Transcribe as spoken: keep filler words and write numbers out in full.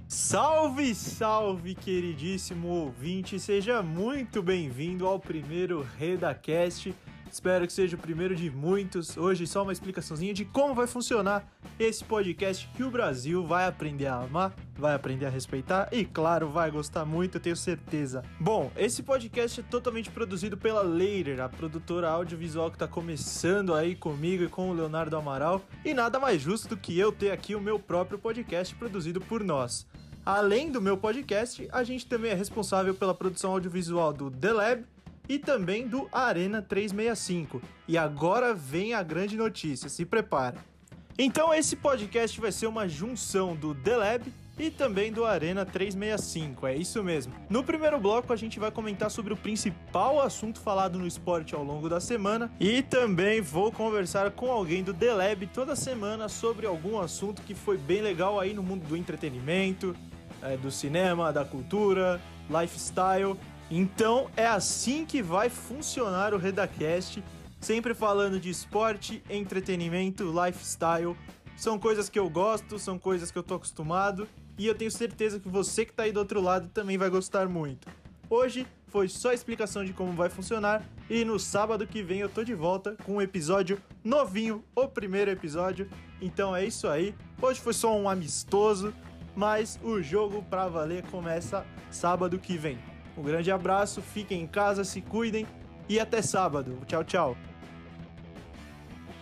Salve, salve, queridíssimo ouvinte, seja muito bem-vindo ao primeiro RedaCast. Espero que seja o primeiro de muitos. Hoje só uma explicaçãozinha de como vai funcionar esse podcast que o Brasil vai aprender a amar, vai aprender a respeitar e, claro, vai gostar muito, eu tenho certeza. Bom, esse podcast é totalmente produzido pela Later, a produtora audiovisual que está começando aí comigo e com o Leonardo Amaral. E nada mais justo do que eu ter aqui o meu próprio podcast produzido por nós. Além do meu podcast, a gente também é responsável pela produção audiovisual do The Lab e também do Arena trezentos e sessenta e cinco. E agora vem a grande notícia, se prepara. Então esse podcast vai ser uma junção do The Lab e também do Arena trezentos e sessenta e cinco, é isso mesmo. No primeiro bloco a gente vai comentar sobre o principal assunto falado no esporte ao longo da semana e também vou conversar com alguém do The Lab toda semana sobre algum assunto que foi bem legal aí no mundo do entretenimento, é, do cinema, da cultura, lifestyle. Então é assim que vai funcionar o RedaCast, sempre falando de esporte, entretenimento, lifestyle. São coisas que eu gosto, são coisas que eu tô acostumado e eu tenho certeza que você que tá aí do outro lado também vai gostar muito. Hoje foi só a explicação de como vai funcionar e no sábado que vem eu tô de volta com um episódio novinho, o primeiro episódio. Então é isso aí, hoje foi só um amistoso, mas o jogo pra valer começa sábado que vem. Um grande abraço, fiquem em casa, se cuidem e até sábado. Tchau, tchau.